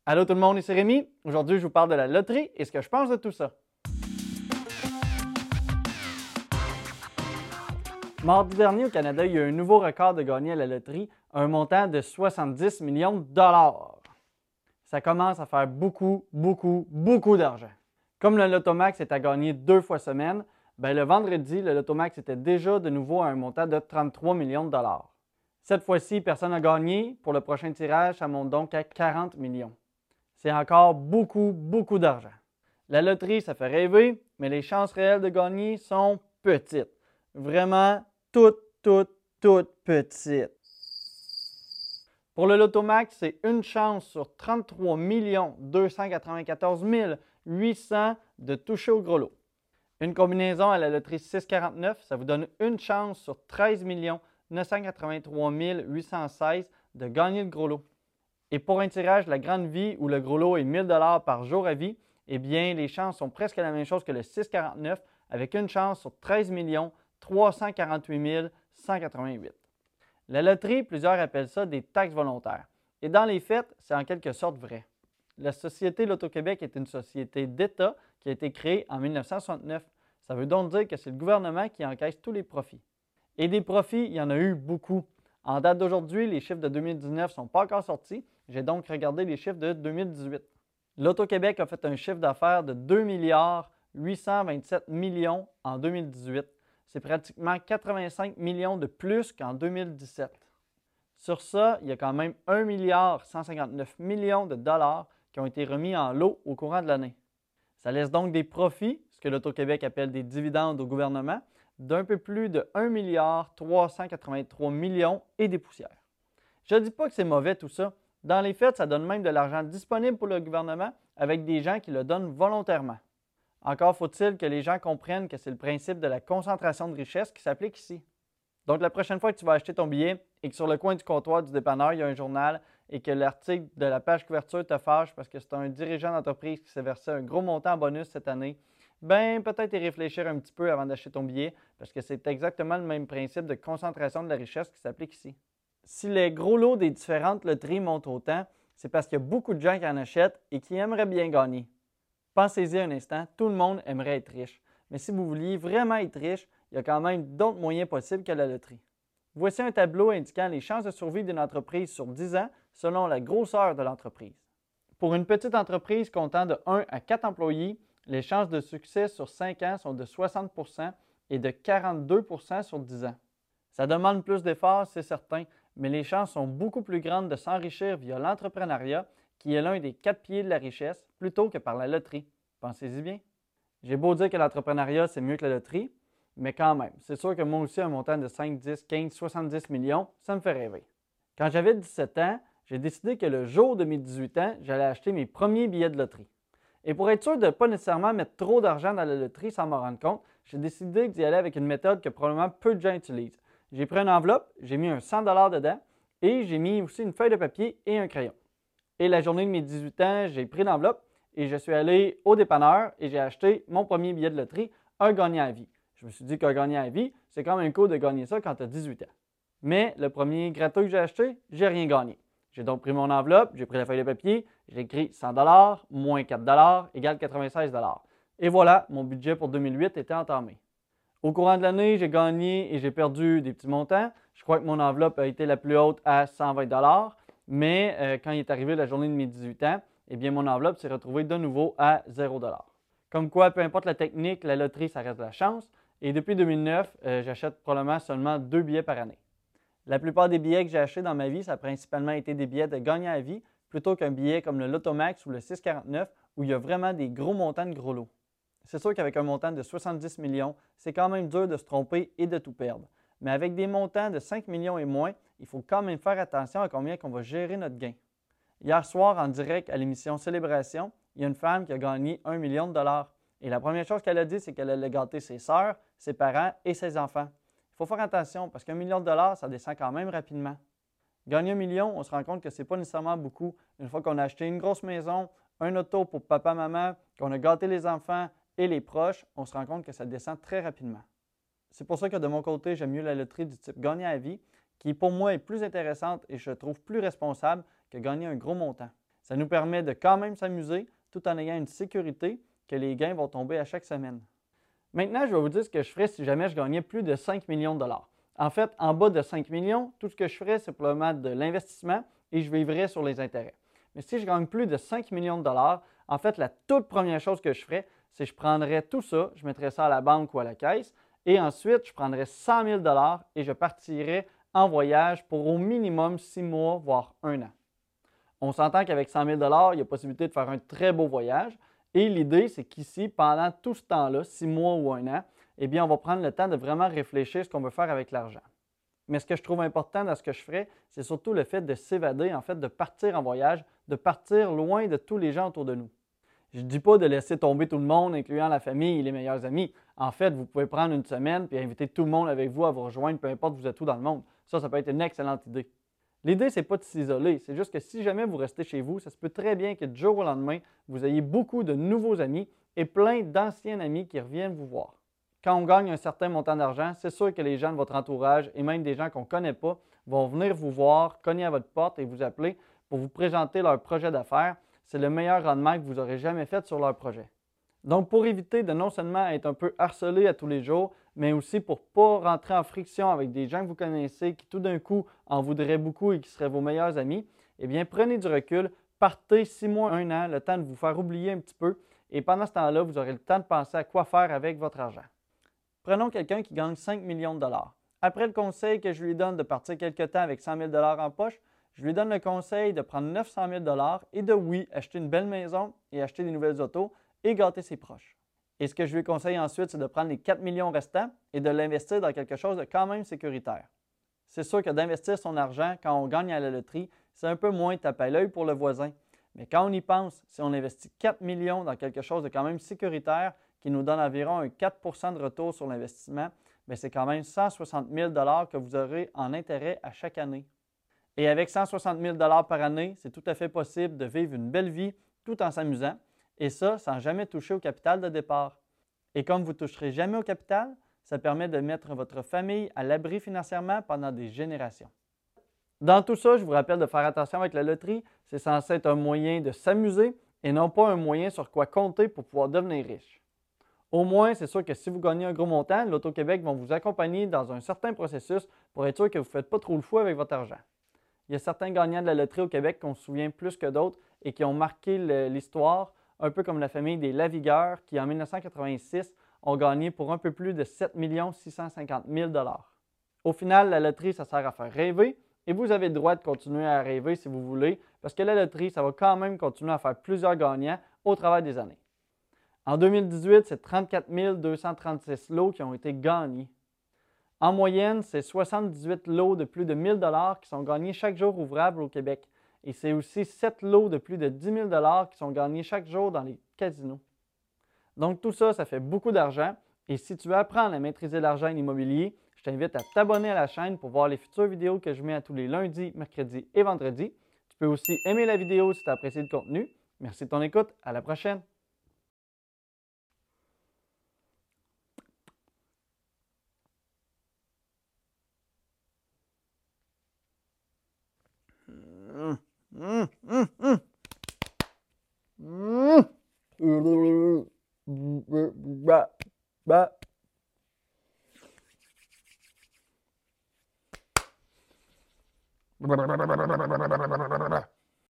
Allô tout le monde, ici Rémi. Aujourd'hui, je vous parle de la loterie et ce que je pense de tout ça. Mardi dernier, au Canada, il y a eu un nouveau record de gagner à la loterie, un montant de 70 millions de dollars. Ça commence à faire beaucoup d'argent. Comme le Lotomax est à gagner 2 fois semaine, le vendredi, le Lotomax était déjà de nouveau à un montant de 33 millions de dollars. Cette fois-ci, personne n'a gagné. Pour le prochain tirage, ça monte donc à 40 millions. C'est encore beaucoup d'argent. La loterie, ça fait rêver, mais les chances réelles de gagner sont petites. Vraiment toutes petites. Pour le Lotomax, c'est une chance sur 33 294 800 de toucher au gros lot. Une combinaison à la loterie 649, ça vous donne une chance sur 13 983 816 de gagner le gros lot. Et pour un tirage de la grande vie où le gros lot est 1000 $ par jour à vie, eh bien, les chances sont presque la même chose que le 649 avec une chance sur 13 348 188. La loterie, plusieurs appellent ça des taxes volontaires. Et dans les faits, c'est en quelque sorte vrai. La Société Loto-Québec est une société d'État qui a été créée en 1969. Ça veut donc dire que c'est le gouvernement qui encaisse tous les profits. Et des profits, il y en a eu beaucoup. En date d'aujourd'hui, les chiffres de 2019 ne sont pas encore sortis. J'ai donc regardé les chiffres de 2018. L'Auto-Québec a fait un chiffre d'affaires de 2 827 millions en 2018. C'est pratiquement 85 millions de plus qu'en 2017. Sur ça, il y a quand même 1 159 millions de dollars qui ont été remis en lot au courant de l'année. Ça laisse donc des profits, ce que l'Auto-Québec appelle des dividendes au gouvernement, d'un peu plus de 1 383 millions et des poussières. Je ne dis pas que c'est mauvais tout ça. Dans les faits, ça donne même de l'argent disponible pour le gouvernement avec des gens qui le donnent volontairement. Encore faut-il que les gens comprennent que c'est le principe de la concentration de richesse qui s'applique ici. Donc, la prochaine fois que tu vas acheter ton billet et que sur le coin du comptoir du dépanneur, il y a un journal et que l'article de la page couverture te fâche parce que c'est un dirigeant d'entreprise qui s'est versé un gros montant en bonus cette année, peut-être y réfléchir un petit peu avant d'acheter ton billet parce que c'est exactement le même principe de concentration de la richesse qui s'applique ici. Si les gros lots des différentes loteries montent autant, c'est parce qu'il y a beaucoup de gens qui en achètent et qui aimeraient bien gagner. Pensez-y un instant, tout le monde aimerait être riche. Mais si vous vouliez vraiment être riche, il y a quand même d'autres moyens possibles que la loterie. Voici un tableau indiquant les chances de survie d'une entreprise sur 10 ans selon la grosseur de l'entreprise. Pour une petite entreprise comptant de 1 à 4 employés, les chances de succès sur 5 ans sont de 60 % et de 42 % sur 10 ans. Ça demande plus d'efforts, c'est certain, mais les chances sont beaucoup plus grandes de s'enrichir via l'entrepreneuriat, qui est l'un des 4 piliers de la richesse, plutôt que par la loterie. Pensez-y bien. J'ai beau dire que l'entrepreneuriat, c'est mieux que la loterie, mais quand même, c'est sûr que moi aussi, un montant de 5, 10, 15, 70 millions, ça me fait rêver. Quand j'avais 17 ans, j'ai décidé que le jour de mes 18 ans, j'allais acheter mes premiers billets de loterie. Et pour être sûr de ne pas nécessairement mettre trop d'argent dans la loterie sans m'en rendre compte, j'ai décidé d'y aller avec une méthode que probablement peu de gens utilisent. J'ai pris une enveloppe, j'ai mis un 100 $ dedans et j'ai mis aussi une feuille de papier et un crayon. Et la journée de mes 18 ans, j'ai pris l'enveloppe et je suis allé au dépanneur et j'ai acheté mon premier billet de loterie, un gagnant à vie. Je me suis dit qu'un gagnant à vie, c'est quand même cool de gagner ça quand tu as 18 ans. Mais le premier gratteux que j'ai acheté, j'ai rien gagné. J'ai donc pris mon enveloppe, j'ai pris la feuille de papier, j'ai écrit 100 $ moins 4 $ égale 96 $. Et voilà, mon budget pour 2008 était entamé. Au courant de l'année, j'ai gagné et j'ai perdu des petits montants. Je crois que mon enveloppe a été la plus haute à 120 $, mais quand il est arrivé la journée de mes 18 ans, eh bien mon enveloppe s'est retrouvée de nouveau à 0 $. Comme quoi, peu importe la technique, la loterie, ça reste de la chance. Et depuis 2009, j'achète probablement seulement 2 billets par année. La plupart des billets que j'ai achetés dans ma vie, ça a principalement été des billets de gagnant à vie, plutôt qu'un billet comme le Lotomax ou le 649, où il y a vraiment des gros montants de gros lots. C'est sûr qu'avec un montant de 70 millions, c'est quand même dur de se tromper et de tout perdre. Mais avec des montants de 5 millions et moins, il faut quand même faire attention à combien on va gérer notre gain. Hier soir, en direct à l'émission Célébration, il y a une femme qui a gagné 1 million de dollars. Et la première chose qu'elle a dit, c'est qu'elle allait gâter ses sœurs, ses parents et ses enfants. Il faut faire attention parce qu'un million de dollars, ça descend quand même rapidement. Gagner 1 million, on se rend compte que ce n'est pas nécessairement beaucoup. Une fois qu'on a acheté une grosse maison, un auto pour papa, maman, qu'on a gâté les enfants et les proches, on se rend compte que ça descend très rapidement. C'est pour ça que de mon côté, j'aime mieux la loterie du type gagnant à vie, qui pour moi est plus intéressante et je trouve plus responsable que gagner un gros montant. Ça nous permet de quand même s'amuser tout en ayant une sécurité que les gains vont tomber à chaque semaine. Maintenant, je vais vous dire ce que je ferais si jamais je gagnais plus de 5 millions de dollars. En fait, en bas de 5 millions, tout ce que je ferais, c'est probablement de l'investissement et je vivrais sur les intérêts. Mais si je gagne plus de 5 millions de dollars, en fait, la toute première chose que je ferais, c'est que je prendrais tout ça, je mettrais ça à la banque ou à la caisse et ensuite, je prendrais 100 000 dollars et je partirais en voyage pour au minimum 6 mois, voire 1 an. On s'entend qu'avec 100 000 il y a possibilité de faire un très beau voyage. Et l'idée, c'est qu'ici, pendant tout ce temps-là, 6 mois ou 1 an, eh bien, on va prendre le temps de vraiment réfléchir à ce qu'on veut faire avec l'argent. Mais ce que je trouve important dans ce que je ferais, c'est surtout le fait de s'évader, en fait, de partir en voyage, de partir loin de tous les gens autour de nous. Je ne dis pas de laisser tomber tout le monde, incluant la famille et les meilleurs amis. En fait, vous pouvez prendre une semaine et inviter tout le monde avec vous à vous rejoindre, peu importe vous êtes où dans le monde. Ça peut être une excellente idée. L'idée, ce n'est pas de s'isoler, c'est juste que si jamais vous restez chez vous, ça se peut très bien que du jour au lendemain, vous ayez beaucoup de nouveaux amis et plein d'anciens amis qui reviennent vous voir. Quand on gagne un certain montant d'argent, c'est sûr que les gens de votre entourage et même des gens qu'on ne connaît pas vont venir vous voir, cogner à votre porte et vous appeler pour vous présenter leur projet d'affaires. C'est le meilleur rendement que vous aurez jamais fait sur leur projet. Donc, pour éviter de non seulement être un peu harcelé à tous les jours, mais aussi pour ne pas rentrer en friction avec des gens que vous connaissez qui tout d'un coup en voudraient beaucoup et qui seraient vos meilleurs amis, eh bien, prenez du recul, partez 6 mois, 1 an, le temps de vous faire oublier un petit peu et pendant ce temps-là, vous aurez le temps de penser à quoi faire avec votre argent. Prenons quelqu'un qui gagne 5 millions de dollars. Après le conseil que je lui donne de partir quelque temps avec 100 000 dollars en poche, je lui donne le conseil de prendre 900 000 dollars et de, oui, acheter une belle maison et acheter des nouvelles autos et gâter ses proches. Et ce que je lui conseille ensuite, c'est de prendre les 4 millions restants et de l'investir dans quelque chose de quand même sécuritaire. C'est sûr que d'investir son argent quand on gagne à la loterie, c'est un peu moins tape à l'œil pour le voisin. Mais quand on y pense, si on investit 4 millions dans quelque chose de quand même sécuritaire qui nous donne environ un 4 % de retour sur l'investissement, c'est quand même 160 000 dollars que vous aurez en intérêt à chaque année. Et avec 160 000 dollars par année, c'est tout à fait possible de vivre une belle vie tout en s'amusant. Et ça, sans jamais toucher au capital de départ. Et comme vous ne toucherez jamais au capital, ça permet de mettre votre famille à l'abri financièrement pendant des générations. Dans tout ça, je vous rappelle de faire attention avec la loterie. C'est censé être un moyen de s'amuser et non pas un moyen sur quoi compter pour pouvoir devenir riche. Au moins, c'est sûr que si vous gagnez un gros montant, l'Auto-Québec vont vous accompagner dans un certain processus pour être sûr que vous ne faites pas trop le fou avec votre argent. Il y a certains gagnants de la loterie au Québec qu'on se souvient plus que d'autres et qui ont marqué l'histoire, un peu comme la famille des Lavigueur qui, en 1986, ont gagné pour un peu plus de 7 650 000 $. Au final, la loterie, ça sert à faire rêver et vous avez le droit de continuer à rêver si vous voulez parce que la loterie, ça va quand même continuer à faire plusieurs gagnants au travers des années. En 2018, c'est 34 236 lots qui ont été gagnés. En moyenne, c'est 78 lots de plus de 1 000 $ qui sont gagnés chaque jour ouvrable au Québec. Et c'est aussi 7 lots de plus de 10 000 $ qui sont gagnés chaque jour dans les casinos. Donc tout ça, ça fait beaucoup d'argent. Et si tu veux apprendre à maîtriser l'argent en immobilier, je t'invite à t'abonner à la chaîne pour voir les futures vidéos que je mets à tous les lundis, mercredis et vendredis. Tu peux aussi aimer la vidéo si tu as apprécié le contenu. Merci de ton écoute. À la prochaine.